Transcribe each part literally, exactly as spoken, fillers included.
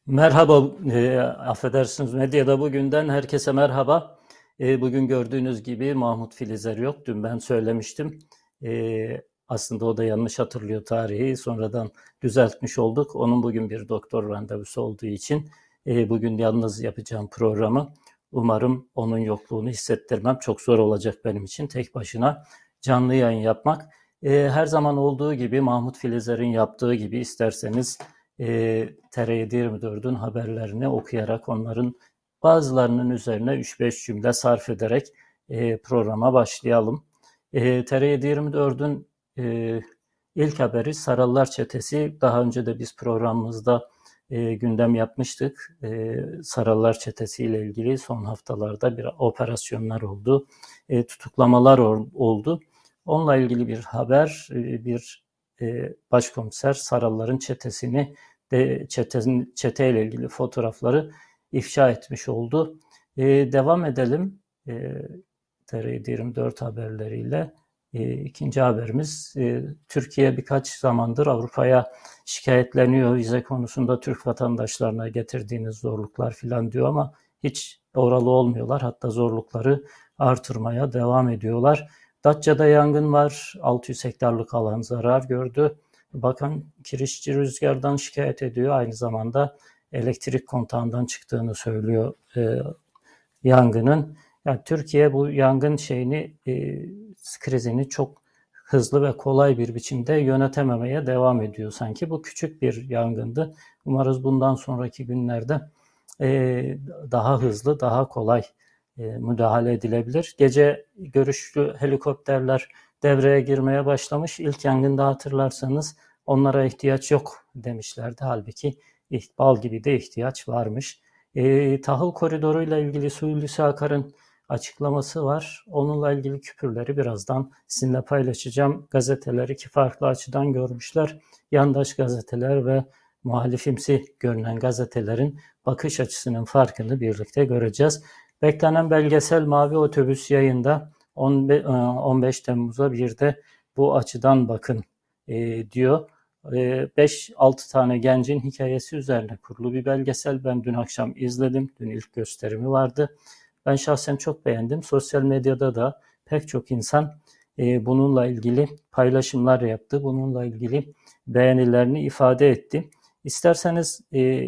Merhaba, e, affedersiniz medyada bugünden herkese merhaba. E, bugün gördüğünüz gibi Mahmut Filizer yok. Dün ben söylemiştim. E, aslında o da yanlış hatırlıyor tarihi. Sonradan düzeltmiş olduk. Onun bugün bir doktor randevusu olduğu için e, bugün yalnız yapacağım programı. Umarım onun yokluğunu hissettirmem. Çok zor olacak benim için tek başına canlı yayın yapmak. E, her zaman olduğu gibi Mahmut Filizer'in yaptığı gibi isterseniz e, T R yedi yirmi dördün haberlerini okuyarak onların bazılarının üzerine üç beş cümle sarf ederek e, programa başlayalım. E, T R yedi yirmi dördün e, ilk haberi Sarallar Çetesi. Daha önce de biz programımızda e, gündem yapmıştık. E, Sarallar Çetesi ile ilgili son haftalarda bir operasyonlar oldu, e, tutuklamalar oldu. Onunla ilgili bir haber, e, bir e, başkomiser Saralların çetesini de çetenin çeteyle ilgili fotoğrafları ifşa etmiş oldu. E, devam edelim e, T R yirmi dört haberleriyle. E, ikinci haberimiz e, Türkiye birkaç zamandır Avrupa'ya şikayetleniyor. Vize konusunda Türk vatandaşlarına getirdiğiniz zorluklar filan diyor ama hiç oralı olmuyorlar. Hatta zorlukları artırmaya devam ediyorlar. Datça'da yangın var. altı yüz hektarlık alan zarar gördü. Bakan kirişçi rüzgardan şikayet ediyor. Aynı zamanda elektrik kontağından çıktığını söylüyor e, yangının. Yani Türkiye bu yangın şeyini e, krizini çok hızlı ve kolay bir biçimde yönetememeye devam ediyor sanki. Bu küçük bir yangındı. Umarız bundan sonraki günlerde e, daha hızlı, daha kolay e, müdahale edilebilir. Gece görüşlü helikopterler devreye girmeye başlamış. İlk yangında hatırlarsanız onlara ihtiyaç yok demişlerdi. Halbuki bal gibi de ihtiyaç varmış. E, tahıl koridoruyla ilgili Hulusi Akar'ın açıklaması var. Onunla ilgili küpürleri birazdan sizinle paylaşacağım. Gazeteler iki farklı açıdan görmüşler. Yandaş gazeteler ve muhalifimsi görünen gazetelerin bakış açısının farkını birlikte göreceğiz. Beklenen belgesel Mavi Otobüs yayında on beş Temmuz'a bir de bu açıdan bakın e, diyor. beş altı tane gencin hikayesi üzerine kurulu bir belgesel. Ben dün akşam izledim. Dün ilk gösterimi vardı. Ben şahsen çok beğendim. Sosyal medyada da pek çok insan e, bununla ilgili paylaşımlar yaptı. Bununla ilgili beğenilerini ifade etti. İsterseniz e,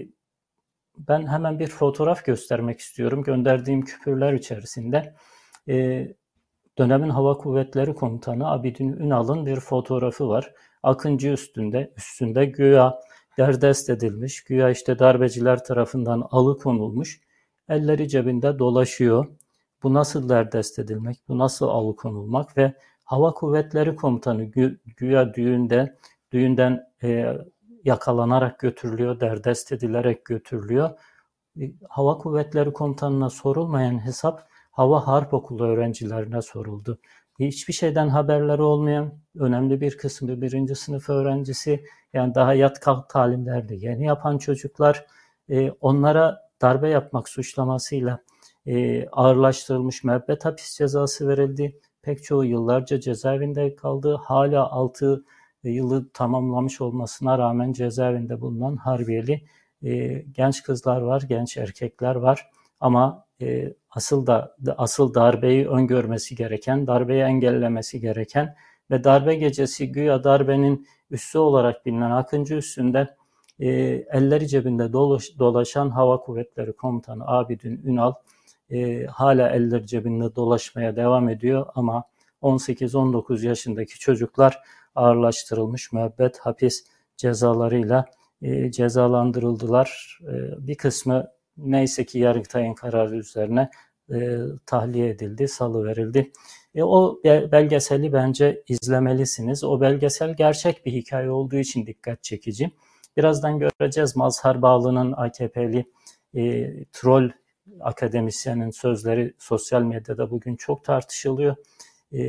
ben hemen bir fotoğraf göstermek istiyorum. Gönderdiğim küpürler içerisinde e, dönemin Hava Kuvvetleri Komutanı Abidin Ünal'ın bir fotoğrafı var. Akıncı üstünde, üstünde güya derdest edilmiş, güya işte darbeciler tarafından alıkonulmuş, elleri cebinde dolaşıyor. Bu nasıl derdest edilmek, bu nasıl alıkonulmak ve Hava Kuvvetleri Komutanı gü, güya düğünde, düğünden e, yakalanarak götürülüyor, derdest edilerek götürülüyor. E, Hava Kuvvetleri Komutanı'na sorulmayan hesap Hava Harp Okulu öğrencilerine soruldu. Hiçbir şeyden haberleri olmayan önemli bir kısmı birinci sınıf öğrencisi, yani daha yat kalk talimlerde yeni yapan çocuklar, e, onlara darbe yapmak suçlamasıyla e, ağırlaştırılmış müebbet hapis cezası verildi. Pek çoğu yıllarca cezaevinde kaldı. Hala altı yılı tamamlamış olmasına rağmen cezaevinde bulunan harbiyeli e, genç kızlar var, genç erkekler var. Ama e, asıl da asıl darbeyi öngörmesi gereken, darbeyi engellemesi gereken ve darbe gecesi güya darbenin üssü olarak bilinen Akıncı üssünde e, elleri cebinde dolaş, dolaşan Hava Kuvvetleri Komutanı Abidin Ünal e, hala elleri cebinde dolaşmaya devam ediyor ama on sekiz on dokuz yaşındaki çocuklar ağırlaştırılmış müebbet hapis cezalarıyla e, cezalandırıldılar. E, bir kısmı neyse ki Yargıtay'ın kararı üzerine e, tahliye edildi, salıverildi. E, o belgeseli bence izlemelisiniz. O belgesel gerçek bir hikaye olduğu için dikkat çekici. Birazdan göreceğiz Mazhar Bağlı'nın A K P'li e, troll akademisyenin sözleri sosyal medyada bugün çok tartışılıyor. E,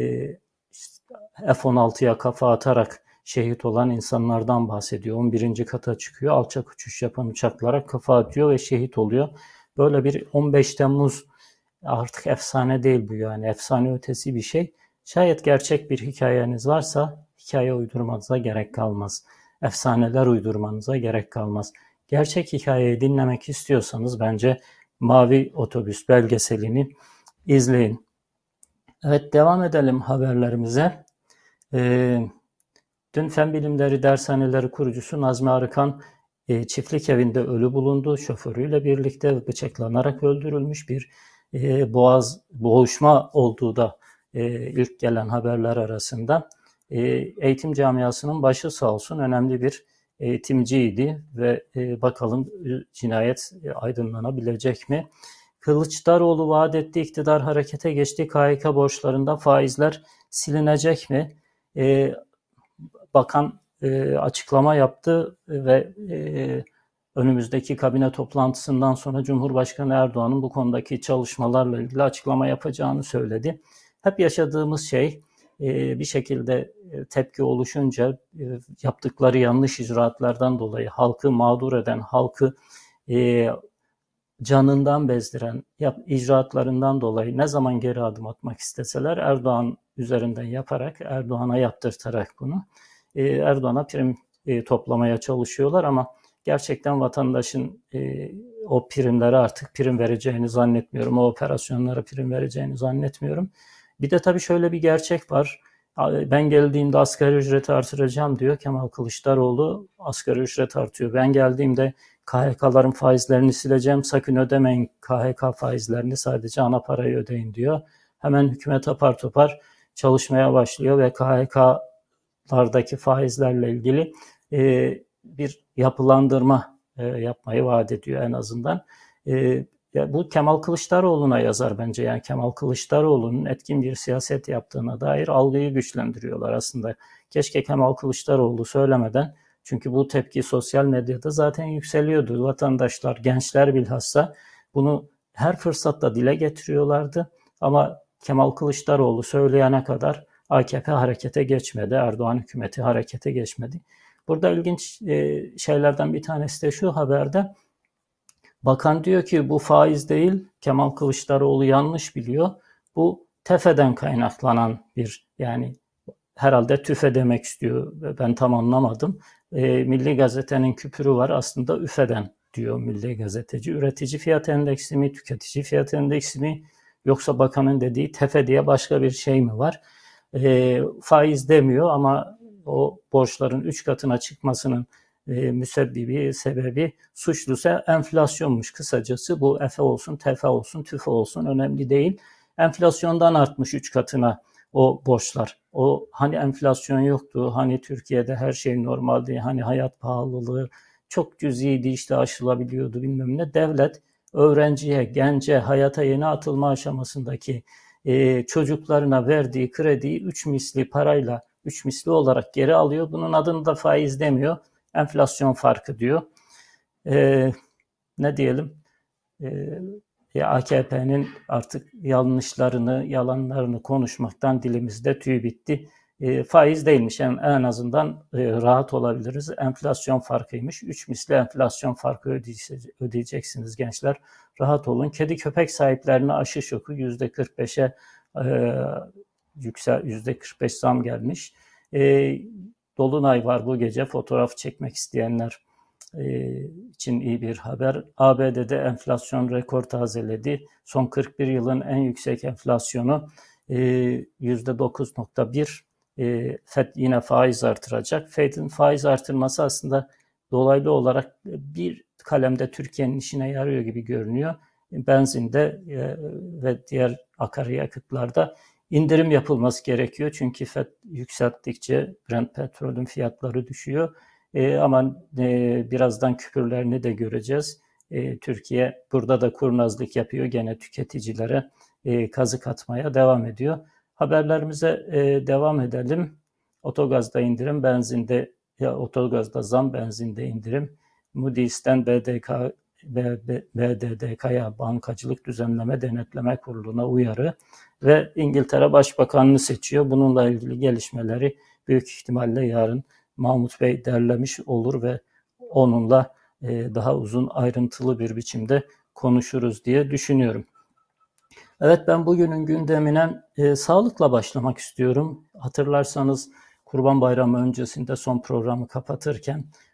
F on altıya kafa atarak şehit olan insanlardan bahsediyor. on birinci kata çıkıyor, alçak uçuş yapan uçaklara kafa atıyor ve şehit oluyor. Böyle bir on beş Temmuz artık efsane değil bu, yani efsane ötesi bir şey. Şayet gerçek bir hikayeniz varsa hikaye uydurmanıza gerek kalmaz. Efsaneler uydurmanıza gerek kalmaz. gerçek hikayeyi dinlemek istiyorsanız bence Mavi Otobüs belgeselini izleyin. Evet, devam edelim haberlerimize. Ee, dün Fen Bilimleri Dershaneleri kurucusu Nazmi Arıkan e, çiftlik evinde ölü bulundu. Şoförüyle birlikte bıçaklanarak öldürülmüş, bir e, boğaz boğuşma olduğu da e, ilk gelen haberler arasında. E, eğitim camiasının başı sağ olsun, önemli bir eğitimciydi ve e, bakalım cinayet aydınlanabilecek mi? Kılıçdaroğlu vaat etti, iktidar harekete geçti. K Y K borçlarında faizler silinecek mi? E, bakan e, açıklama yaptı ve e, önümüzdeki kabine toplantısından sonra Cumhurbaşkanı Erdoğan'ın bu konudaki çalışmalarla ilgili açıklama yapacağını söyledi. Hep yaşadığımız şey, e, bir şekilde tepki oluşunca e, yaptıkları yanlış icraatlardan dolayı halkı mağdur eden, halkı e, canından bezdiren yap, icraatlarından dolayı ne zaman geri adım atmak isteseler Erdoğan üzerinden yaparak, Erdoğan'a yaptırtarak bunu e, Erdoğan'a prim e, toplamaya çalışıyorlar ama gerçekten vatandaşın e, o primlere artık prim vereceğini zannetmiyorum. O operasyonlara prim vereceğini zannetmiyorum. Bir de tabii şöyle bir gerçek var. Ben geldiğimde asgari ücreti artıracağım diyor Kemal Kılıçdaroğlu. Asgari ücret artıyor. Ben geldiğimde K H K'ların faizlerini sileceğim. Sakın ödemeyin K H K faizlerini, sadece ana parayı ödeyin diyor. Hemen hükümet apar topar çalışmaya başlıyor ve K H K'lardaki faizlerle ilgili e, bir yapılandırma e, yapmayı vaat ediyor en azından. E, ya bu Kemal Kılıçdaroğlu'na yazar bence. Yani Kemal Kılıçdaroğlu'nun etkin bir siyaset yaptığına dair algıyı güçlendiriyorlar aslında. Keşke Kemal Kılıçdaroğlu söylemeden, çünkü bu tepki sosyal medyada zaten yükseliyordu. Vatandaşlar, gençler bilhassa bunu her fırsatta dile getiriyorlardı. Ama Kemal Kılıçdaroğlu söyleyene kadar A K P harekete geçmedi, Erdoğan hükümeti harekete geçmedi. Burada ilginç şeylerden bir tanesi de şu haberde. Bakan diyor ki bu faiz değil, Kemal Kılıçdaroğlu yanlış biliyor. Bu tefeden kaynaklanan bir, yani herhalde tüfe demek istiyor. Ben tam anlamadım. E, Milli Gazete'nin küpürü var, aslında üfeden diyor Milli Gazeteci. Üretici fiyat endeksi mi, tüketici fiyat endeksi mi, yoksa bakanın dediği tefe diye başka bir şey mi var? E, faiz demiyor ama o borçların üç katına çıkmasının e, müsebbibi, sebebi, suçlusu enflasyonmuş. Kısacası bu efe olsun, tefe olsun, tüfe olsun önemli değil. Enflasyondan artmış üç katına o borçlar. O hani enflasyon yoktu, hani Türkiye'de her şey normaldi, hani hayat pahalılığı çok cüz'iydi, işte aşılabiliyordu bilmem ne. Devlet öğrenciye, gence, hayata yeni atılma aşamasındaki e, çocuklarına verdiği krediyi üç misli parayla, üç misli olarak geri alıyor. Bunun adını da faiz demiyor, enflasyon farkı diyor. E, ne diyelim? E, A K P'nin artık yanlışlarını, yalanlarını konuşmaktan dilimizde tüy bitti. E, faiz değilmiş, en, en azından e, rahat olabiliriz. Enflasyon farkıymış. Üç misli enflasyon farkı ödeyeceksiniz gençler. Rahat olun. Kedi köpek sahiplerine aşı şoku yüzde kırk beşe e, yüksel, yüzde kırk beş zam gelmiş. E, Dolunay var bu gece. Fotoğraf çekmek isteyenler için iyi bir haber. A B D'de enflasyon rekor tazeledi. Son kırk bir yılın en yüksek enflasyonu yüzde dokuz nokta bir. F E D yine faiz artıracak. F E D'in faiz artırması aslında dolaylı olarak bir kalemde Türkiye'nin işine yarıyor gibi görünüyor. Benzinde ve diğer akaryakıtlarda indirim yapılması gerekiyor. Çünkü F E D yükselttikçe Brent petrolün fiyatları düşüyor. E, ama e, birazdan küpürlerini de göreceğiz. E, Türkiye burada da kurnazlık yapıyor. Gene tüketicilere e, kazık atmaya devam ediyor. Haberlerimize e, devam edelim. Otogazda indirim, benzinde ya otogazda zam, benzinde indirim. Moody's'ten B D K ve B D D K'ya, Bankacılık Düzenleme Denetleme Kurulu'na uyarı ve İngiltere Başbakanını seçiyor. Bununla ilgili gelişmeleri büyük ihtimalle yarın Mahmut Bey derlemiş olur ve onunla e, daha uzun, ayrıntılı bir biçimde konuşuruz diye düşünüyorum. Evet, ben bugünün gündemine e, sağlıkla başlamak istiyorum. Hatırlarsanız Kurban Bayramı öncesinde son programı kapatırken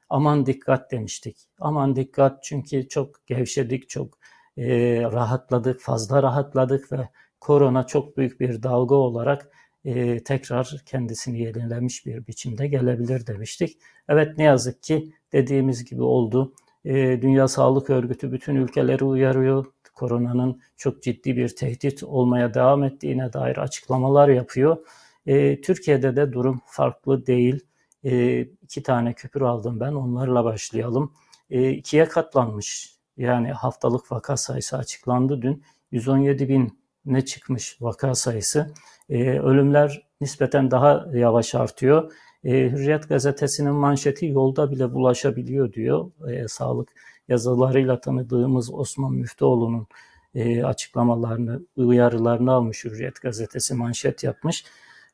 aman dikkat demiştik. Aman dikkat çünkü çok gevşedik, çok e, rahatladık, fazla rahatladık ve korona çok büyük bir dalga olarak e, tekrar kendisini yenilemiş bir biçimde gelebilir demiştik. Evet, ne yazık ki dediğimiz gibi oldu. E, Dünya Sağlık Örgütü bütün ülkeleri uyarıyor. Koronanın çok ciddi bir tehdit olmaya devam ettiğine dair açıklamalar yapıyor. E, Türkiye'de de durum farklı değil. E, iki tane küpür aldım ben, onlarla başlayalım. E, ikiye katlanmış. Yani haftalık vaka sayısı açıklandı dün. yüz on yedi bin ne çıkmış vaka sayısı. E, ölümler nispeten daha yavaş artıyor. E, Hürriyet gazetesinin manşeti yolda bile bulaşabiliyor diyor. E, sağlık yazılarıyla tanıdığımız Osman Müftüoğlu'nun e, açıklamalarını, uyarılarını almış Hürriyet gazetesi, manşet yapmış.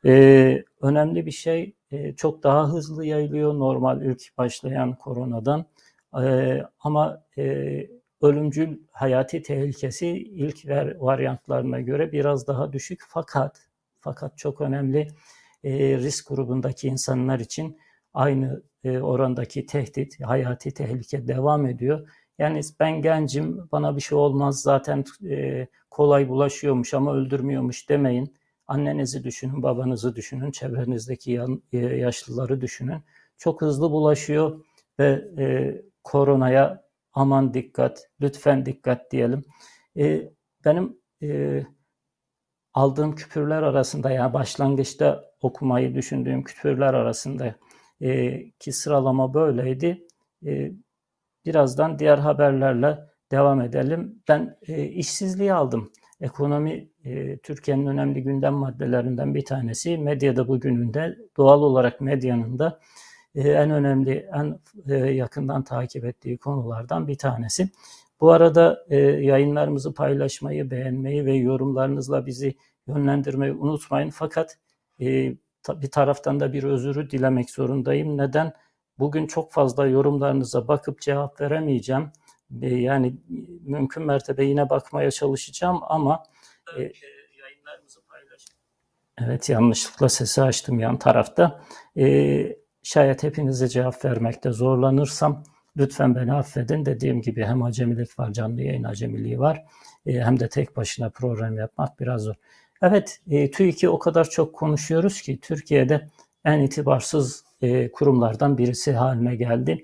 E, önemli bir şey, e, çok daha hızlı yayılıyor normal ilk başlayan koronadan. E, ama e, ölümcül hayati tehlikesi ilk varyantlarına göre biraz daha düşük, fakat fakat çok önemli, e, risk grubundaki insanlar için aynı e, orandaki tehdit, hayati tehlike devam ediyor. Yani ben gencim, bana bir şey olmaz, zaten e, kolay bulaşıyormuş ama öldürmüyormuş demeyin. Annenizi düşünün, babanızı düşünün, çevrenizdeki yan, e, yaşlıları düşünün. Çok hızlı bulaşıyor ve e, koronaya aman dikkat, lütfen dikkat diyelim. E, benim e, aldığım küpürler arasında, yani başlangıçta okumayı düşündüğüm küpürler arasında e, ki sıralama böyleydi. E, birazdan diğer haberlerle devam edelim. Ben e, işsizliği aldım. Ekonomi e, Türkiye'nin önemli gündem maddelerinden bir tanesi. Medyada bugününde, doğal olarak medyanın da e, en önemli, en e, yakından takip ettiği konulardan bir tanesi. Bu arada e, yayınlarımızı paylaşmayı, beğenmeyi ve yorumlarınızla bizi yönlendirmeyi unutmayın. Fakat e, bir taraftan da bir özürü dilemek zorundayım. Neden? Bugün çok fazla yorumlarınıza bakıp cevap veremeyeceğim. E, yani mümkün mertebe yine bakmaya çalışacağım ama e, yayınlarımızı paylaşın. Evet, yanlışlıkla sesi açtım yan tarafta. E, şayet hepinize cevap vermekte zorlanırsam lütfen beni affedin. Dediğim gibi hem acemilik var, canlı yayın acemiliği var. E, hem de tek başına program yapmak biraz zor. Evet, e, TÜİK'i o kadar çok konuşuyoruz ki Türkiye'de en itibarsız e, kurumlardan birisi haline geldi.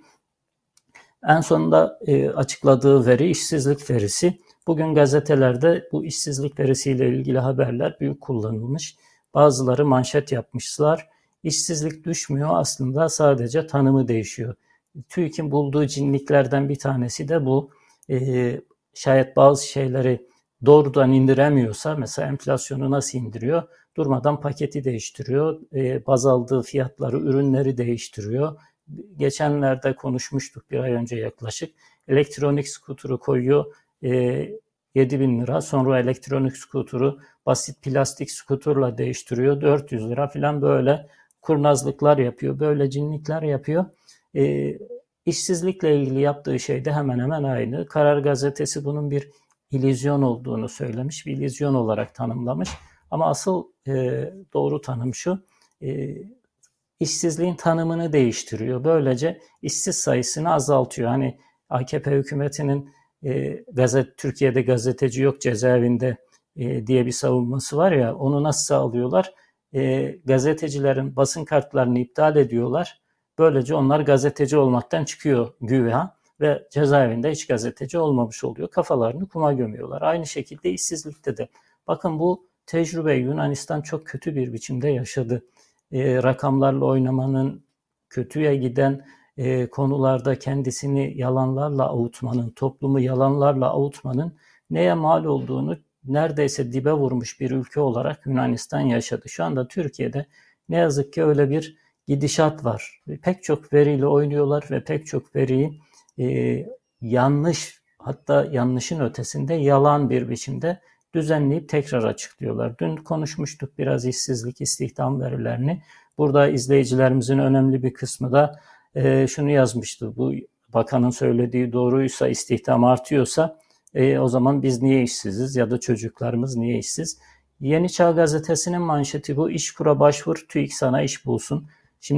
En sonunda e, açıkladığı veri işsizlik verisi. Bugün gazetelerde bu işsizlik verisiyle ilgili haberler büyük kullanılmış. Bazıları manşet yapmışlar. İşsizlik düşmüyor, aslında sadece tanımı değişiyor. TÜİK'in bulduğu cinliklerden bir tanesi de bu. E, şayet bazı şeyleri doğrudan indiremiyorsa, mesela enflasyonu nasıl indiriyor? Durmadan paketi değiştiriyor, e, baz aldığı fiyatları, ürünleri değiştiriyor. Geçenlerde konuşmuştuk, bir ay önce yaklaşık. Elektronik skuturu koyuyor, e, yedi bin lira. Sonra elektronik skuturu basit plastik skuturla değiştiriyor, dört yüz lira falan, böyle kurnazlıklar yapıyor, böyle cinlikler yapıyor. E, işsizlikle ilgili yaptığı şey de hemen hemen aynı. Karar Gazetesi bunun bir illüzyon olduğunu söylemiş, bir illüzyon olarak tanımlamış. Ama asıl e, doğru tanım şu: e, işsizliğin tanımını değiştiriyor. Böylece işsiz sayısını azaltıyor. Hani A K P hükümetinin e, gazet Türkiye'de gazeteci yok cezaevinde e, diye bir savunması var ya, onu nasıl sağlıyorlar? E, gazetecilerin basın kartlarını iptal ediyorlar. Böylece onlar gazeteci olmaktan çıkıyor güya ve cezaevinde hiç gazeteci olmamış oluyor. Kafalarını kuma gömüyorlar. Aynı şekilde işsizlikte de. Bakın, bu tecrübeyi Yunanistan çok kötü bir biçimde yaşadı. E, rakamlarla oynamanın, kötüye giden e, konularda kendisini yalanlarla avutmanın, toplumu yalanlarla avutmanın neye mal olduğunu neredeyse dibe vurmuş bir ülke olarak Yunanistan yaşadı. Şu anda Türkiye'de ne yazık ki öyle bir gidişat var. Pek çok veriyle oynuyorlar ve pek çok veriyi e, yanlış, hatta yanlışın ötesinde yalan bir biçimde düzenleyip tekrar açıklıyorlar. Dün konuşmuştuk biraz işsizlik, istihdam verilerini. Burada izleyicilerimizin önemli bir kısmı da e, şunu yazmıştı: bu bakanın söylediği doğruysa, istihdam artıyorsa e, o zaman biz niye işsiziz ya da çocuklarımız niye işsiz? Yeni Çağ Gazetesi'nin manşeti bu: İşkur'a başvur, TÜİK sana iş bulsun. Şimdi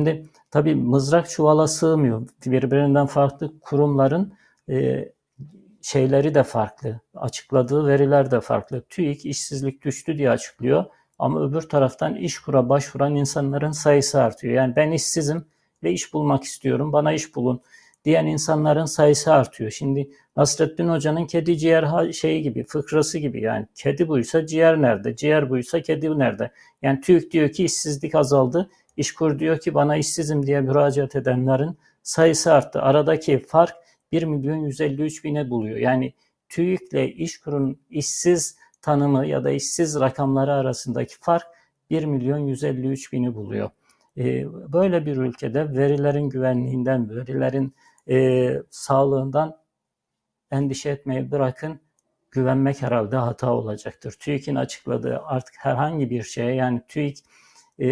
Tabii mızrak çuvala sığmıyor. Birbirinden farklı kurumların e, şeyleri de farklı. Açıkladığı veriler de farklı. TÜİK işsizlik düştü diye açıklıyor. Ama öbür taraftan İşkur'a başvuran insanların sayısı artıyor. Yani ben işsizim ve iş bulmak istiyorum, bana iş bulun diyen insanların sayısı artıyor. Şimdi Nasrettin Hoca'nın kedi ciğer şeyi gibi, fıkrası gibi, yani kedi buysa ciğer nerede, ciğer buysa kedi nerede? Yani TÜİK diyor ki işsizlik azaldı, İşkur diyor ki bana işsizim diye müracaat edenlerin sayısı arttı. Aradaki fark bir milyon yüz elli üç bine buluyor. Yani TÜİK ile İşkur'un işsiz tanımı ya da işsiz rakamları arasındaki fark bir milyon yüz elli üç bini buluyor. Böyle bir ülkede verilerin güvenliğinden, verilerin e, sağlığından endişe etmeyi bırakın, güvenmek herhalde hata olacaktır. TÜİK'in açıkladığı artık herhangi bir şeye, yani TÜİK e,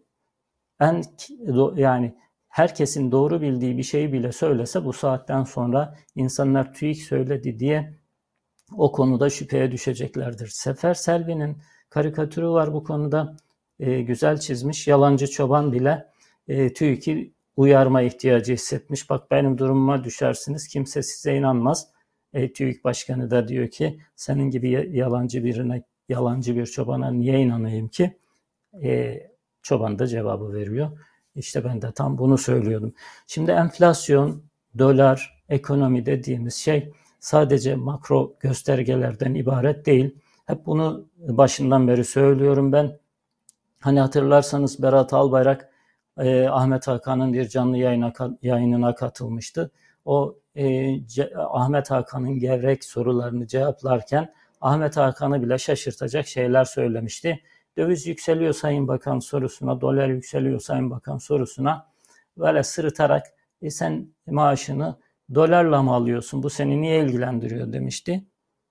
en yani herkesin doğru bildiği bir şeyi bile söylese bu saatten sonra insanlar TÜİK söyledi diye o konuda şüpheye düşeceklerdir. Sefer Selvi'nin karikatürü var bu konuda, e, güzel çizmiş. Yalancı çoban bile e, TÜİK'i uyarma ihtiyacı hissetmiş. Bak benim durumuma düşersiniz, kimse size inanmaz. E, TÜİK Başkanı da diyor ki senin gibi yalancı birine, yalancı bir çobana niye inanayım ki? E, çoban da cevabı veriyor. İşte ben de tam bunu söylüyordum. Şimdi enflasyon, dolar, ekonomi dediğimiz şey sadece makro göstergelerden ibaret değil. Hep bunu başından beri söylüyorum ben. Hani hatırlarsanız Berat Albayrak e, Ahmet Hakan'ın bir canlı yayına, yayınına katılmıştı. O e, Ce, Ahmet Hakan'ın gevrek sorularını cevaplarken Ahmet Hakan'ı bile şaşırtacak şeyler söylemişti. Döviz yükseliyor Sayın Bakan sorusuna, dolar yükseliyor Sayın Bakan sorusuna böyle sırıtarak e, sen maaşını dolarla mı alıyorsun, bu seni niye ilgilendiriyor demişti.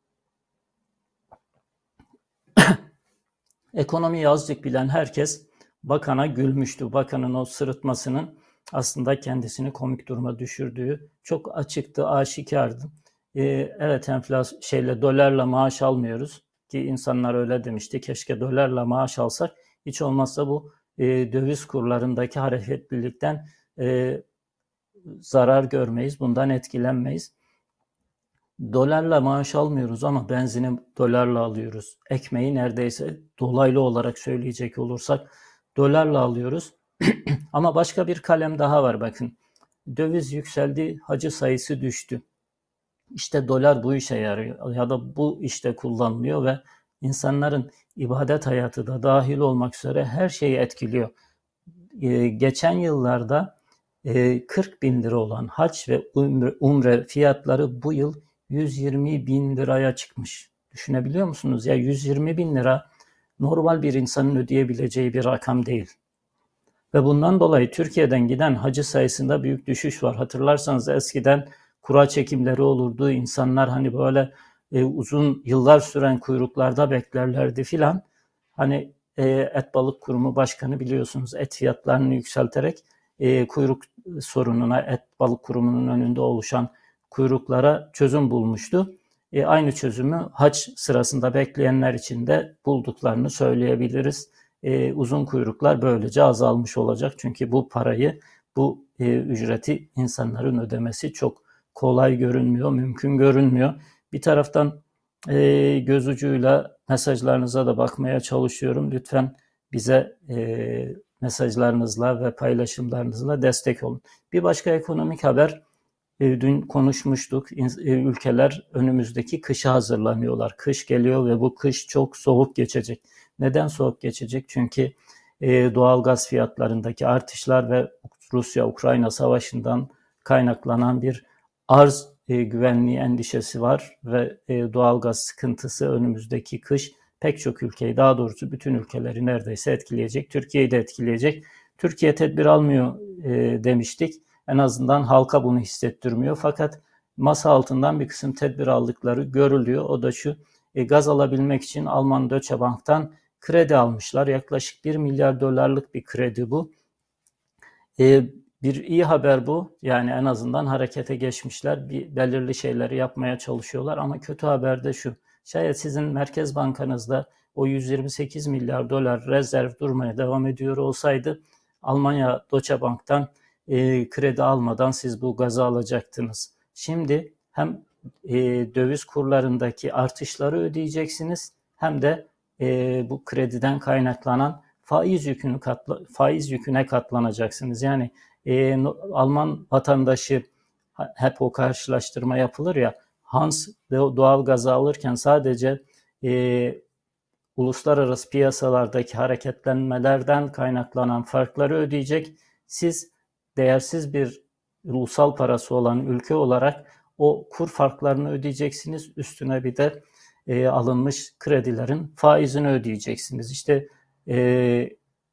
Ekonomiyi azıcık bilen herkes bakana gülmüştü. Bakanın o sırıtmasının aslında kendisini komik duruma düşürdüğü çok açıktı, aşikardı. Ee, evet enflasyon şeyle dolarla maaş almıyoruz ki insanlar öyle demişti. Keşke dolarla maaş alsak, hiç olmazsa bu e, döviz kurlarındaki hareketlilikten e, zarar görmeyiz, bundan etkilenmeyiz. Dolarla maaş almıyoruz ama benzini dolarla alıyoruz. Ekmeği neredeyse dolaylı olarak söyleyecek olursak dolarla alıyoruz. Ama başka bir kalem daha var bakın. Döviz yükseldi, hacı sayısı düştü. İşte dolar bu işe yarıyor ya da bu işte kullanılıyor ve insanların ibadet hayatı da dahil olmak üzere her şeyi etkiliyor. Ee, geçen yıllarda e, kırk bin lira olan hac ve umre, umre fiyatları bu yıl yüz yirmi bin liraya çıkmış. Düşünebiliyor musunuz? Ya yüz yirmi bin lira normal bir insanın ödeyebileceği bir rakam değil. Ve bundan dolayı Türkiye'den giden hacı sayısında büyük düşüş var. Hatırlarsanız eskiden kura çekimleri olurdu. İnsanlar hani böyle e, uzun yıllar süren kuyruklarda beklerlerdi filan. Hani e, Et Balık Kurumu Başkanı biliyorsunuz et fiyatlarını yükselterek e, kuyruk sorununa, Et Balık Kurumu'nun önünde oluşan kuyruklara çözüm bulmuştu. E, aynı çözümü hac sırasında bekleyenler için de bulduklarını söyleyebiliriz. E, uzun kuyruklar böylece azalmış olacak. Çünkü bu parayı, bu e, ücreti insanların ödemesi çok kolay görünmüyor, mümkün görünmüyor. Bir taraftan e, göz ucuyla mesajlarınıza da bakmaya çalışıyorum. Lütfen bize e, mesajlarınızla ve paylaşımlarınızla destek olun. Bir başka ekonomik haber, e, dün konuşmuştuk. E, ülkeler önümüzdeki kışa hazırlanıyorlar. Kış geliyor ve bu kış çok soğuk geçecek. Neden soğuk geçecek? Çünkü e, doğal gaz fiyatlarındaki artışlar ve Rusya-Ukrayna savaşından kaynaklanan bir arz e, güvenliği endişesi var ve e, doğal gaz sıkıntısı önümüzdeki kış pek çok ülkeyi, daha doğrusu bütün ülkeleri neredeyse etkileyecek. Türkiye'yi de etkileyecek. Türkiye tedbir almıyor e, demiştik. En azından halka bunu hissettirmiyor. Fakat masa altından bir kısım tedbir aldıkları görülüyor. O da şu, e, gaz alabilmek için Alman Deutsche Bank'tan kredi almışlar. Yaklaşık bir milyar dolarlık bir kredi bu. E, bir iyi haber bu. Yani en azından harekete geçmişler. Bir belirli şeyleri yapmaya çalışıyorlar. Ama kötü haber de şu. Şayet sizin Merkez Bankanızda o yüz yirmi sekiz milyar dolar rezerv durmaya devam ediyor olsaydı, Almanya Deutsche Bank'tan e, kredi almadan siz bu gazı alacaktınız. Şimdi hem e, döviz kurlarındaki artışları ödeyeceksiniz hem de e, bu krediden kaynaklanan faiz yükünü katla, faiz yüküne katlanacaksınız. Yani e, Alman vatandaşı, hep o karşılaştırma yapılır ya, Hans doğal gazı alırken sadece e, uluslararası piyasalardaki hareketlenmelerden kaynaklanan farkları ödeyecek. Siz değersiz bir ulusal parası olan ülke olarak o kur farklarını ödeyeceksiniz. Üstüne bir de e, alınmış kredilerin faizini ödeyeceksiniz. İşte e,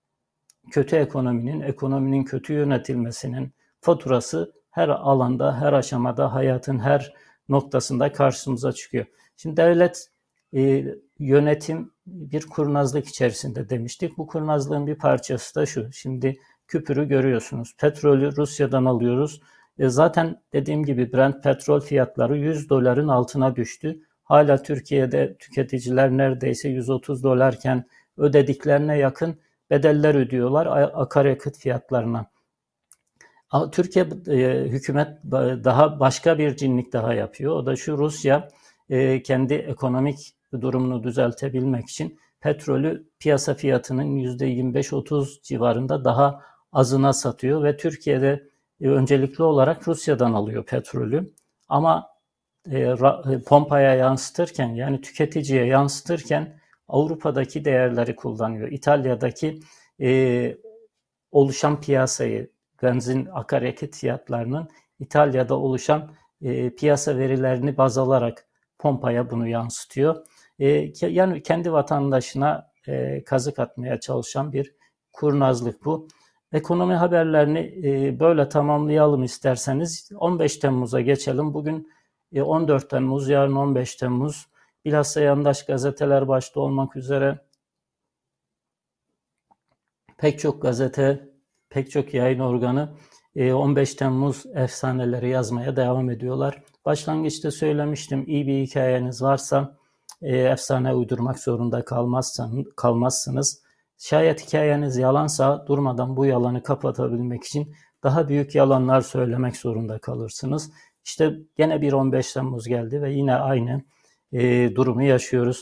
kötü ekonominin, ekonominin kötü yönetilmesinin faturası her alanda, her aşamada, hayatın her noktasında karşımıza çıkıyor. Şimdi devlet e, yönetim bir kurnazlık içerisinde demiştik. Bu kurnazlığın bir parçası da şu. Şimdi küpürü görüyorsunuz. Petrolü Rusya'dan alıyoruz. E, zaten dediğim gibi Brent petrol fiyatları yüz doların altına düştü. Hala Türkiye'de tüketiciler neredeyse yüz otuz dolarken ödediklerine yakın bedeller ödüyorlar akaryakıt fiyatlarına. Türkiye e, hükümet daha başka bir cinlik daha yapıyor. O da şu: Rusya e, kendi ekonomik durumunu düzeltebilmek için petrolü piyasa fiyatının yüzde yirmi beş otuz civarında daha azına satıyor ve Türkiye'de e, öncelikli olarak Rusya'dan alıyor petrolü. Ama e, pompaya yansıtırken, yani tüketiciye yansıtırken Avrupa'daki değerleri kullanıyor. İtalya'daki e, oluşan piyasayı, benzin akaryakıt fiyatlarının İtalya'da oluşan e, piyasa verilerini baz alarak pompaya bunu yansıtıyor. E, yani kendi vatandaşına e, kazık atmaya çalışan bir kurnazlık bu. Ekonomi haberlerini e, böyle tamamlayalım isterseniz. on beş Temmuz'a geçelim. Bugün e, on dört Temmuz, yarın on beş Temmuz. Bilhassa yandaş gazeteler başta olmak üzere pek çok gazete, pek çok yayın organı on beş Temmuz efsaneleri yazmaya devam ediyorlar. Başlangıçta söylemiştim, iyi bir hikayeniz varsa efsane uydurmak zorunda kalmazsınız. Şayet hikayeniz yalansa durmadan bu yalanı kapatabilmek için daha büyük yalanlar söylemek zorunda kalırsınız. İşte gene bir on beş Temmuz geldi ve yine aynı e, durumu yaşıyoruz.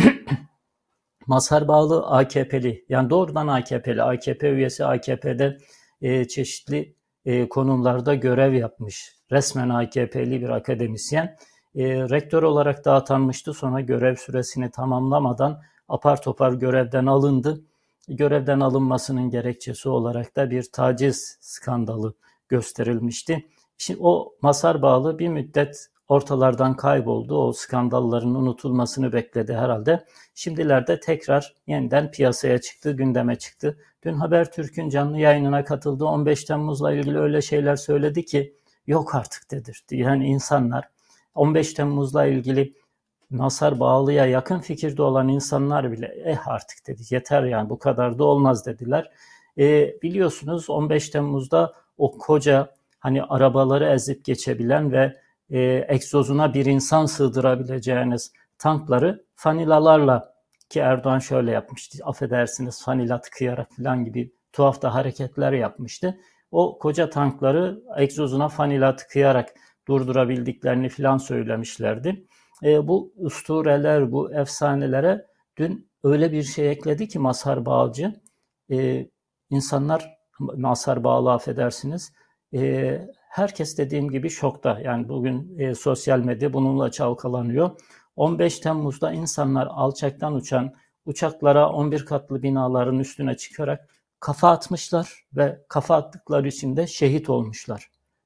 Mazhar bağlı A K P'li, yani doğrudan A K P'li, A K P üyesi, A K P'de e, çeşitli e, konumlarda görev yapmış, resmen A K P'li bir akademisyen. E, rektör olarak da atanmıştı, sonra görev süresini tamamlamadan apar topar görevden alındı. Görevden alınmasının gerekçesi olarak da bir taciz skandalı gösterilmişti. Şimdi o Mazhar bağlı bir müddet ortalardan kayboldu. O skandalların unutulmasını bekledi herhalde. Şimdilerde tekrar yeniden piyasaya çıktı, gündeme çıktı. Dün Habertürk'ün canlı yayınına katıldı. on beş Temmuz'la ilgili öyle şeyler söyledi ki yok artık dedirtti. Yani insanlar on beş Temmuz'la ilgili Mazhar Bağlı'ya yakın fikirde olan insanlar bile eh artık dedi, yeter yani, bu kadar da olmaz dediler. E, biliyorsunuz on beş Temmuz'da o koca, hani arabaları ezip geçebilen ve e, egzozuna bir insan sığdırabileceğiniz tankları fanilalarla, ki Erdoğan şöyle yapmıştı, affedersiniz fanila tıkayarak falan gibi tuhaf da hareketler yapmıştı. O koca tankları egzozuna fanila tıkayarak durdurabildiklerini falan söylemişlerdi. E, bu ustureler, bu efsanelere dün öyle bir şey ekledi ki Mazhar Bağcı, e, insanlar, Mazhar Bağlı affedersiniz, e, herkes dediğim gibi şokta. Yani bugün e, sosyal medya bununla çalkalanıyor. on beş Temmuz'da insanlar alçaktan uçan uçaklara, on bir katlı binaların üstüne çıkarak kafa atmışlar ve kafa attıkları için de şehit olmuşlar.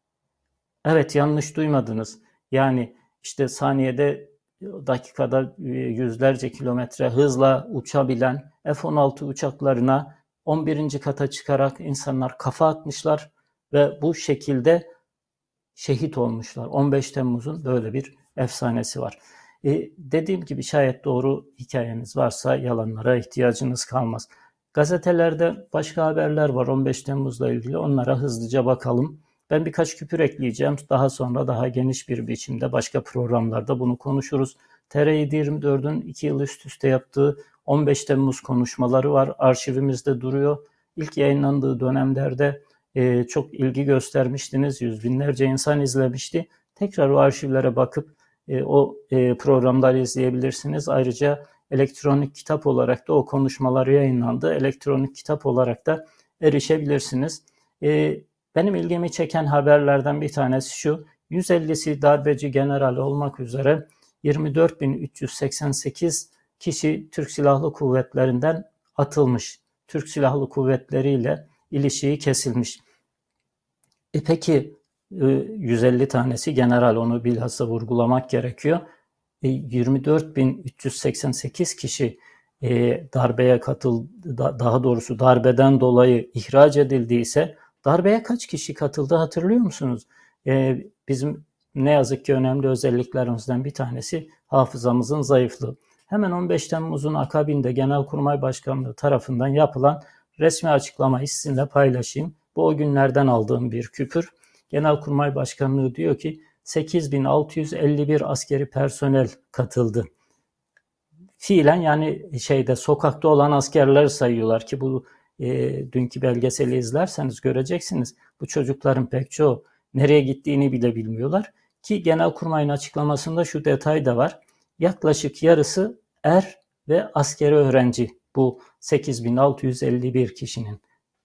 Evet, yanlış duymadınız. Yani işte saniyede, dakikada yüzlerce kilometre hızla uçabilen F on altı uçaklarına on birinci kata çıkarak insanlar kafa atmışlar ve bu şekilde şehit olmuşlar. on beş Temmuz'un böyle bir efsanesi var. E, dediğim gibi şayet doğru hikayeniz varsa yalanlara ihtiyacınız kalmaz. Gazetelerde başka haberler var on beş Temmuz'la ilgili, onlara hızlıca bakalım. Ben birkaç küpür ekleyeceğim. Daha sonra daha geniş bir biçimde başka programlarda bunu konuşuruz. T R yirmi dört'ün iki yıl üst üste yaptığı on beş Temmuz konuşmaları var. Arşivimizde duruyor. ilk yayınlandığı dönemlerde e, çok ilgi göstermiştiniz. Yüz binlerce insan izlemişti. Tekrar o arşivlere bakıp e, o e, programları izleyebilirsiniz. Ayrıca elektronik kitap olarak da o konuşmalar yayınlandı. Elektronik kitap olarak da erişebilirsiniz. E, benim ilgimi çeken haberlerden bir tanesi şu: yüz ellisi darbeci general olmak üzere yirmi dört bin üç yüz seksen sekiz kişi Türk Silahlı Kuvvetleri'nden atılmış. Türk Silahlı Kuvvetleri ile ilişiği kesilmiş. E peki yüz elli tanesi general, onu bilhassa vurgulamak gerekiyor. E, yirmi dört bin üç yüz seksen sekiz kişi e, darbeye katıldı, daha doğrusu darbeden dolayı ihraç edildiyse darbeye kaç kişi katıldı hatırlıyor musunuz? E, bizim ne yazık ki önemli özelliklerimizden bir tanesi hafızamızın zayıflığı. Hemen on beş Temmuz'un akabinde Genelkurmay Başkanlığı tarafından yapılan resmi açıklamayı sizinle paylaşayım. Bu o günlerden aldığım bir küpür. Genelkurmay Başkanlığı diyor ki sekiz bin altı yüz elli bir askeri personel katıldı. Fiilen yani şeyde sokakta olan askerleri sayıyorlar ki bu e, dünkü belgeseli izlerseniz göreceksiniz. Bu çocukların pek çoğu nereye gittiğini bile bilmiyorlar. Ki Genelkurmay'ın açıklamasında şu detay da var. Yaklaşık yarısı er ve askeri öğrenci bu sekiz bin altı yüz elli bir kişinin.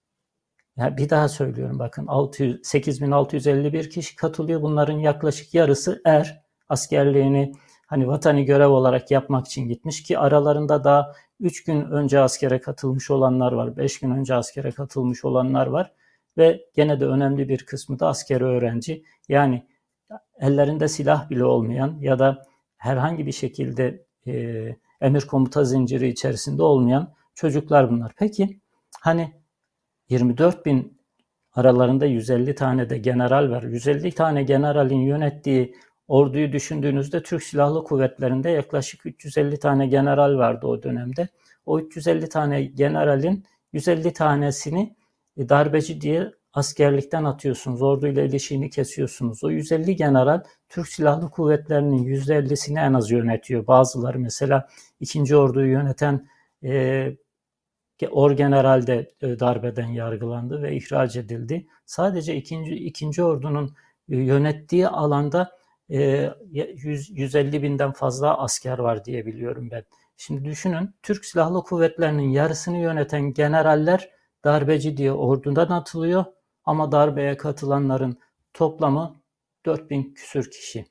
Ya bir daha söylüyorum bakın, sekiz bin altı yüz elli bir kişi katılıyor. Bunların yaklaşık yarısı er, askerliğini hani vatani görev olarak yapmak için gitmiş ki aralarında daha üç gün önce askere katılmış olanlar var, beş gün önce askere katılmış olanlar var ve gene de önemli bir kısmı da askeri öğrenci. Yani ellerinde silah bile olmayan ya da herhangi bir şekilde e, emir komuta zinciri içerisinde olmayan çocuklar bunlar. Peki hani yirmi dört bin aralarında yüz elli tane de general var. yüz elli tane generalin yönettiği orduyu düşündüğünüzde Türk Silahlı Kuvvetleri'nde yaklaşık üç yüz elli tane general vardı o dönemde. O üç yüz elli tane generalin yüz elli tanesini darbeci diye askerlikten atıyorsunuz. Orduyla ilişiğini kesiyorsunuz. O yüz elli general Türk Silahlı Kuvvetleri'nin yüzde ellisini en az yönetiyor. Bazıları mesela ikinci orduyu yöneten e, Orgeneral de darbeden yargılandı ve ihraç edildi. Sadece ikinci, ikinci ordunun yönettiği alanda yüz, yüz elli binden fazla asker var diye biliyorum ben. Şimdi düşünün, Türk Silahlı Kuvvetleri'nin yarısını yöneten generaller darbeci diye ordudan atılıyor ama darbeye katılanların toplamı dört bin küsür kişi.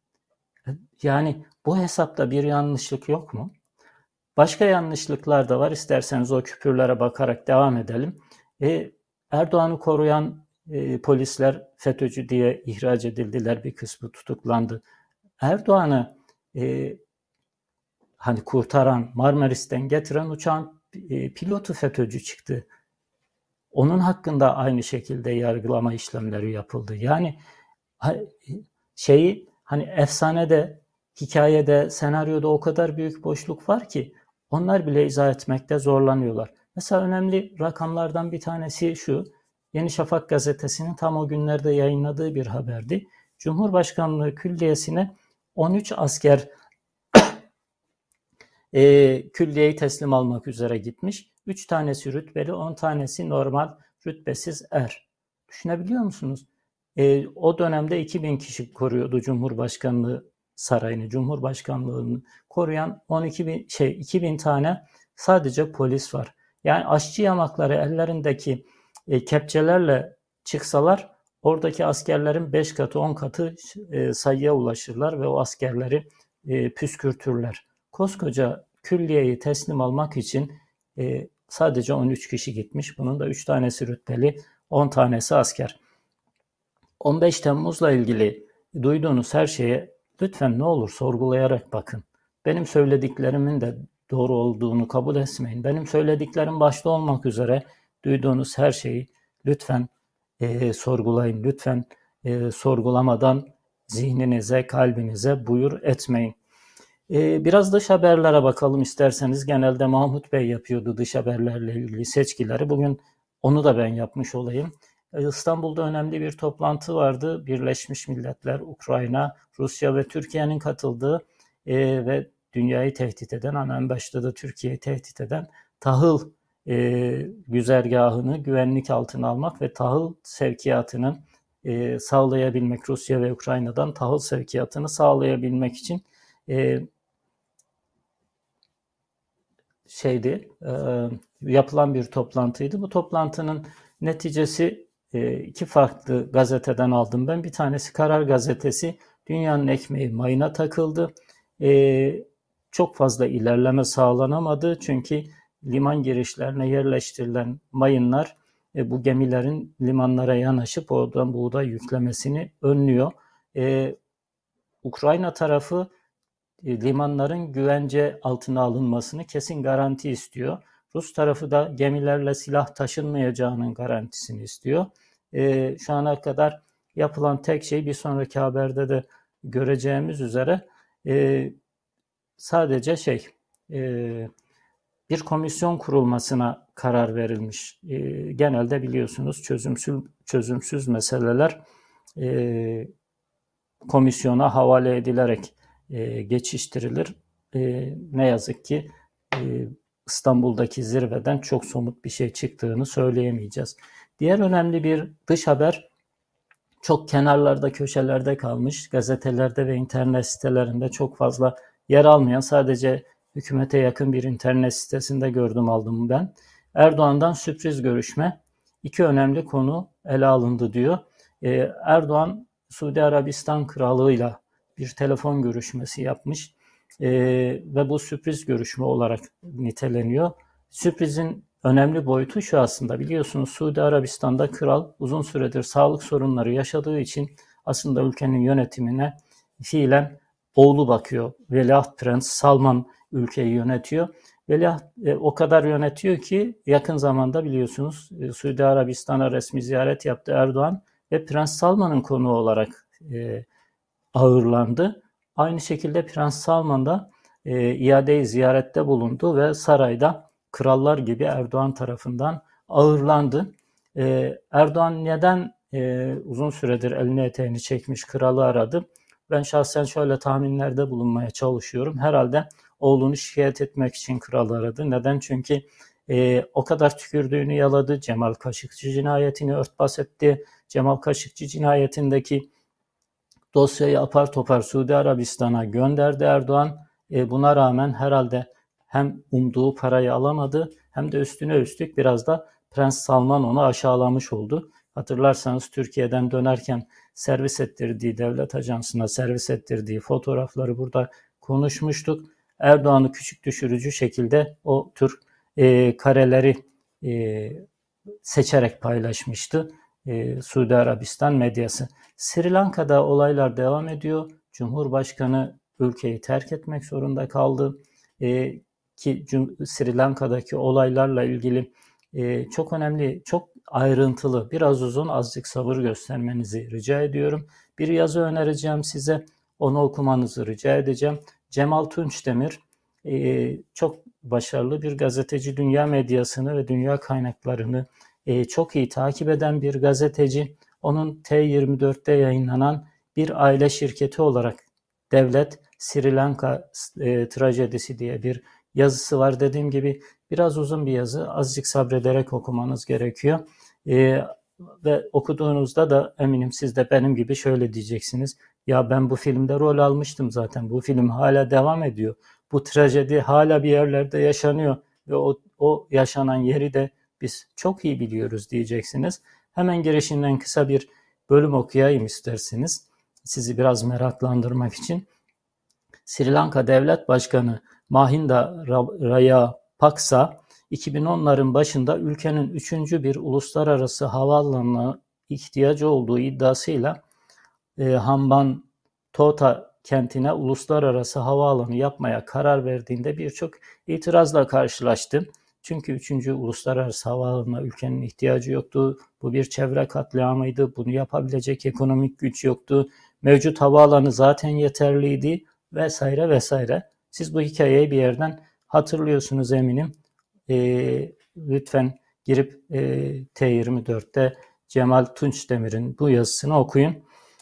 Yani bu hesapta bir yanlışlık yok mu? Başka yanlışlıklar da var. İsterseniz o küpürlere bakarak devam edelim. E, Erdoğan'ı koruyan e, polisler FETÖ'cü diye ihraç edildiler. Bir kısmı tutuklandı. Erdoğan'ı e, hani kurtaran, Marmaris'ten getiren uçağın e, pilotu FETÖ'cü çıktı. Onun hakkında aynı şekilde yargılama işlemleri yapıldı. Yani şeyi hani efsanede, hikayede, senaryoda o kadar büyük boşluk var ki onlar bile izah etmekte zorlanıyorlar. Mesela önemli rakamlardan bir tanesi şu: Yeni Şafak gazetesinin tam o günlerde yayınladığı bir haberdi. Cumhurbaşkanlığı Külliyesi'ne on üç asker e, külliyeyi teslim almak üzere gitmiş. üç tanesi rütbeli, on tanesi normal rütbesiz er. Düşünebiliyor musunuz? E, o dönemde iki bin kişi koruyordu Cumhurbaşkanlığı sarayını. Cumhurbaşkanlığını koruyan on iki bin şey iki bin tane sadece polis var. Yani aşçı yamakları ellerindeki e, kepçelerle çıksalar oradaki askerlerin beş katı on katı e, sayıya ulaşırlar ve o askerleri e, püskürtürler. Koskoca külliyeyi teslim almak için e, sadece on üç kişi gitmiş. Bunun da üç tanesi rütbeli, on tanesi asker. on beş Temmuz'la ilgili duyduğunuz her şeye lütfen ne olur sorgulayarak bakın. Benim söylediklerimin de doğru olduğunu kabul etmeyin. Benim söylediklerim başta olmak üzere duyduğunuz her şeyi lütfen e, sorgulayın. Lütfen e, sorgulamadan zihninize, kalbinize buyur etmeyin. E, biraz dış haberlere bakalım isterseniz. Genelde Mahmut Bey yapıyordu dış haberlerle ilgili seçkileri. Bugün onu da ben yapmış olayım. İstanbul'da önemli bir toplantı vardı. Birleşmiş Milletler, Ukrayna, Rusya ve Türkiye'nin katıldığı e, ve dünyayı tehdit eden, en başta da Türkiye'yi tehdit eden tahıl e, güzergahını güvenlik altına almak ve tahıl sevkiyatını e, sağlayabilmek, Rusya ve Ukrayna'dan tahıl sevkiyatını sağlayabilmek için e, şeydi, e, yapılan bir toplantıydı. Bu toplantının neticesi e, iki farklı gazeteden aldım ben. Bir tanesi Karar Gazetesi, dünyanın ekmeği mayına takıldı. E, çok fazla ilerleme sağlanamadı çünkü liman girişlerine yerleştirilen mayınlar e, bu gemilerin limanlara yanaşıp oradan buğday yüklemesini önlüyor. E, Ukrayna tarafı limanların güvence altına alınmasını kesin garanti istiyor. Rus tarafı da gemilerle silah taşınmayacağının garantisini istiyor. E, şu ana kadar yapılan tek şey, bir sonraki haberde de göreceğimiz üzere e, sadece şey e, bir komisyon kurulmasına karar verilmiş. E, genelde biliyorsunuz çözümsüz, çözümsüz meseleler e, komisyona havale edilerek e, geçiştirilir. E, ne yazık ki e, İstanbul'daki zirveden çok somut bir şey çıktığını söyleyemeyeceğiz. Diğer önemli bir dış haber, çok kenarlarda, köşelerde kalmış, gazetelerde ve internet sitelerinde çok fazla yer almayan, sadece hükümete yakın bir internet sitesinde gördüm, aldım ben. Erdoğan'dan sürpriz görüşme, iki önemli konu ele alındı diyor. E, Erdoğan Suudi Arabistan Kralığı'yla bir telefon görüşmesi yapmış e, ve bu sürpriz görüşme olarak niteleniyor. Sürprizin önemli boyutu şu aslında, biliyorsunuz Suudi Arabistan'da kral uzun süredir sağlık sorunları yaşadığı için aslında ülkenin yönetimine fiilen oğlu bakıyor. Veliaht Prens Salman ülkeyi yönetiyor. Veliaht e, o kadar yönetiyor ki yakın zamanda biliyorsunuz e, Suudi Arabistan'a resmi ziyaret yaptı Erdoğan ve Prens Salman'ın konuğu olarak e, ağırlandı. Aynı şekilde Prens Salman da e, iade-i ziyarette bulundu ve sarayda krallar gibi Erdoğan tarafından ağırlandı. E, Erdoğan neden e, uzun süredir elini eteğini çekmiş kralı aradı? Ben şahsen şöyle tahminlerde bulunmaya çalışıyorum. Herhalde oğlunu şikayet etmek için kralı aradı. Neden? Çünkü e, o kadar tükürdüğünü yaladı. Cemal Kaşıkçı cinayetini örtbas etti. Cemal Kaşıkçı cinayetindeki dosyayı apar topar Suudi Arabistan'a gönderdi Erdoğan. E, buna rağmen herhalde hem umduğu parayı alamadı hem de üstüne üstlük biraz da Prens Salman onu aşağılamış oldu. Hatırlarsanız Türkiye'den dönerken servis ettirdiği, devlet ajansına servis ettirdiği fotoğrafları burada konuşmuştuk. Erdoğan'ı küçük düşürücü şekilde o tür e, kareleri e, seçerek paylaşmıştı e, Suudi Arabistan medyası. Sri Lanka'da olaylar devam ediyor. Cumhurbaşkanı ülkeyi terk etmek zorunda kaldı. E, ki Sri Lanka'daki olaylarla ilgili e, çok önemli, çok ayrıntılı, biraz uzun, azıcık sabır göstermenizi rica ediyorum. Bir yazı önereceğim size, onu okumanızı rica edeceğim. Cemal Tunçdemir e, çok başarılı bir gazeteci, dünya medyasını ve dünya kaynaklarını e, çok iyi takip eden bir gazeteci. Onun T yirmi dörtte yayınlanan Bir Aile Şirketi olarak Devlet Sri Lanka e, Trajedisi diye bir yazısı var. Dediğim gibi biraz uzun bir yazı, azıcık sabrederek okumanız gerekiyor. E, ve okuduğunuzda da eminim siz de benim gibi şöyle diyeceksiniz: ya ben bu filmde rol almıştım zaten, bu film hala devam ediyor, bu trajedi hala bir yerlerde yaşanıyor ve o, o yaşanan yeri de biz çok iyi biliyoruz diyeceksiniz. Hemen girişinden kısa bir bölüm okuyayım isterseniz, sizi biraz meraklandırmak için. Sri Lanka Devlet Başkanı Mahinda Rajapaksa iki bin onların başında ülkenin üçüncü bir uluslararası havaalanına ihtiyacı olduğu iddiasıyla e, Hambantota kentine uluslararası havaalanı yapmaya karar verdiğinde birçok itirazla karşılaştı. Çünkü üçüncü uluslararası havaalanına ülkenin ihtiyacı yoktu. Bu bir çevre katliamıydı. Bunu yapabilecek ekonomik güç yoktu. Mevcut havaalanı zaten yeterliydi vesaire vesaire. Siz bu hikayeyi bir yerden hatırlıyorsunuz eminim. E, lütfen girip e, T yirmi dörtte Cemal Tunçdemir'in bu yazısını okuyun.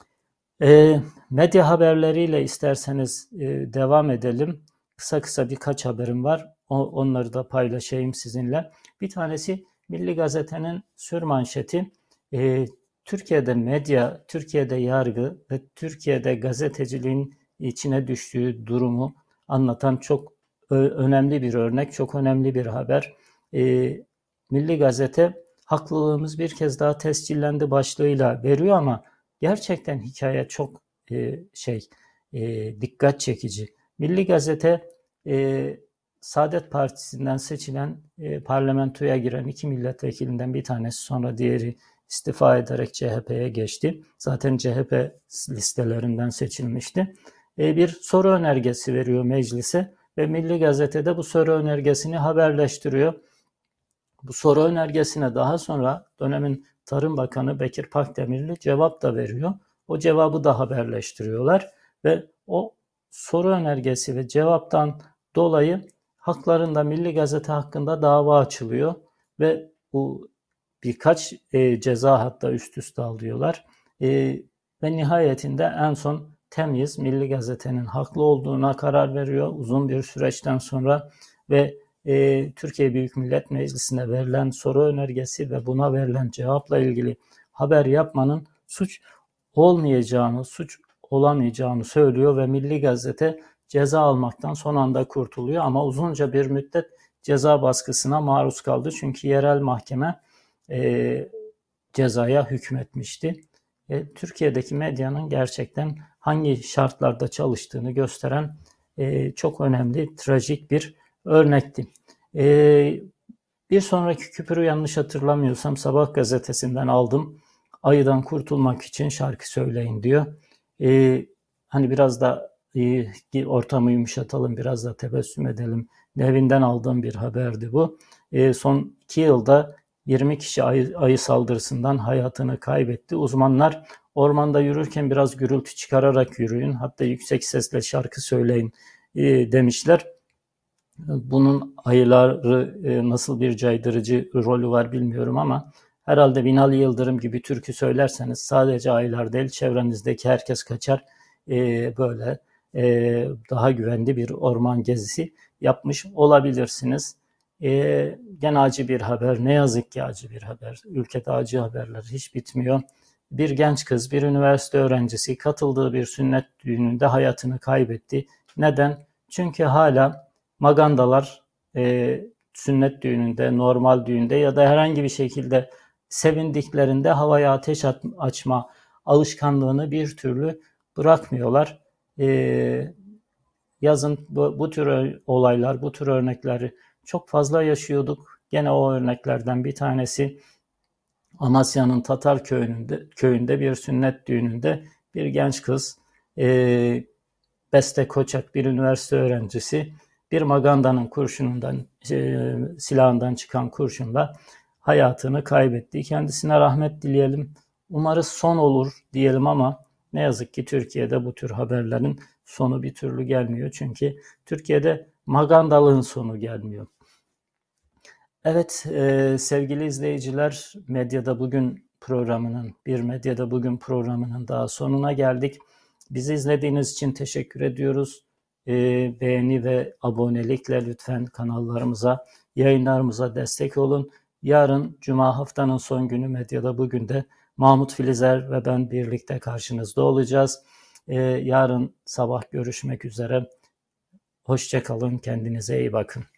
E, medya haberleriyle isterseniz e, devam edelim. Kısa kısa birkaç haberim var. O, onları da paylaşayım sizinle. Bir tanesi Milli Gazete'nin sürmanşeti, e, Türkiye'de medya, Türkiye'de yargı ve Türkiye'de gazeteciliğin içine düştüğü durumu anlatan çok önemli bir örnek, çok önemli bir haber. E, Milli Gazete haklılığımız bir kez daha tescillendi başlığıyla veriyor ama gerçekten hikaye çok e, şey e, dikkat çekici. Milli Gazete e, Saadet Partisi'nden seçilen e, parlamentoya giren iki milletvekilinden bir tanesi, sonra diğeri istifa ederek C H P'ye geçti. Zaten C H P listelerinden seçilmişti. E, bir soru önergesi veriyor meclise ve Milli Gazete'de bu soru önergesini haberleştiriyor. Bu soru önergesine daha sonra dönemin Tarım Bakanı Bekir Pakdemirli cevap da veriyor. O cevabı da haberleştiriyorlar ve o soru önergesi ve cevaptan dolayı haklarında Milli Gazete hakkında dava açılıyor ve bu birkaç e, ceza hatta üst üste alıyorlar. E, ve nihayetinde en son temyiz Milli Gazete'nin haklı olduğuna karar veriyor uzun bir süreçten sonra ve e, Türkiye Büyük Millet Meclisi'ne verilen soru önergesi ve buna verilen cevapla ilgili haber yapmanın suç olmayacağını, suç olamayacağını söylüyor ve Milli Gazete ceza almaktan son anda kurtuluyor ama uzunca bir müddet ceza baskısına maruz kaldı. Çünkü yerel mahkeme e, cezaya hükmetmişti. E, Türkiye'deki medyanın gerçekten hangi şartlarda çalıştığını gösteren e, çok önemli, trajik bir örnekti. E, bir sonraki küpürü yanlış hatırlamıyorsam Sabah gazetesinden aldım. Ayıdan kurtulmak için şarkı söyleyin diyor. E, hani biraz da e, ortamı yumuşatalım, biraz da tebessüm edelim. Nevinden aldığım bir haberdi bu. E, son iki yılda yirmi kişi ayı, ayı saldırısından hayatını kaybetti. Uzmanlar ormanda yürürken biraz gürültü çıkararak yürüyün, hatta yüksek sesle şarkı söyleyin e, demişler. Bunun ayıları e, nasıl bir caydırıcı rolü var bilmiyorum ama herhalde Binali Yıldırım gibi türkü söylerseniz sadece ayılar değil çevrenizdeki herkes kaçar, e, böyle e, daha güvenli bir orman gezisi yapmış olabilirsiniz. E, gene acı bir haber, ne yazık ki acı bir haber. Ülkede acı haberler hiç bitmiyor. Bir genç kız, bir üniversite öğrencisi katıldığı bir sünnet düğününde hayatını kaybetti. Neden? Çünkü hala magandalar e, sünnet düğününde, normal düğünde ya da herhangi bir şekilde sevindiklerinde havaya ateş at, açma alışkanlığını bir türlü bırakmıyorlar. E, yazın bu, bu tür olaylar, bu tür örnekleri çok fazla yaşıyorduk. Gene o örneklerden bir tanesi Amasya'nın Tatar köyünde, köyünde bir sünnet düğününde bir genç kız, e, Beste Koçak, bir üniversite öğrencisi, bir magandanın kurşunundan, e, silahından çıkan kurşunla hayatını kaybetti. Kendisine rahmet dileyelim. Umarız son olur diyelim ama ne yazık ki Türkiye'de bu tür haberlerin sonu bir türlü gelmiyor. Çünkü Türkiye'de magandalığın sonu gelmiyor. Evet e, sevgili izleyiciler, Medyada Bugün programının, Bir Medyada Bugün programının daha sonuna geldik. Bizi izlediğiniz için teşekkür ediyoruz. E, beğeni ve abonelikle lütfen kanallarımıza, yayınlarımıza destek olun. Yarın Cuma, haftanın son günü Medyada Bugün'de Mahmut Filizer ve ben birlikte karşınızda olacağız. E, yarın sabah görüşmek üzere. Hoşça kalın, kendinize iyi bakın.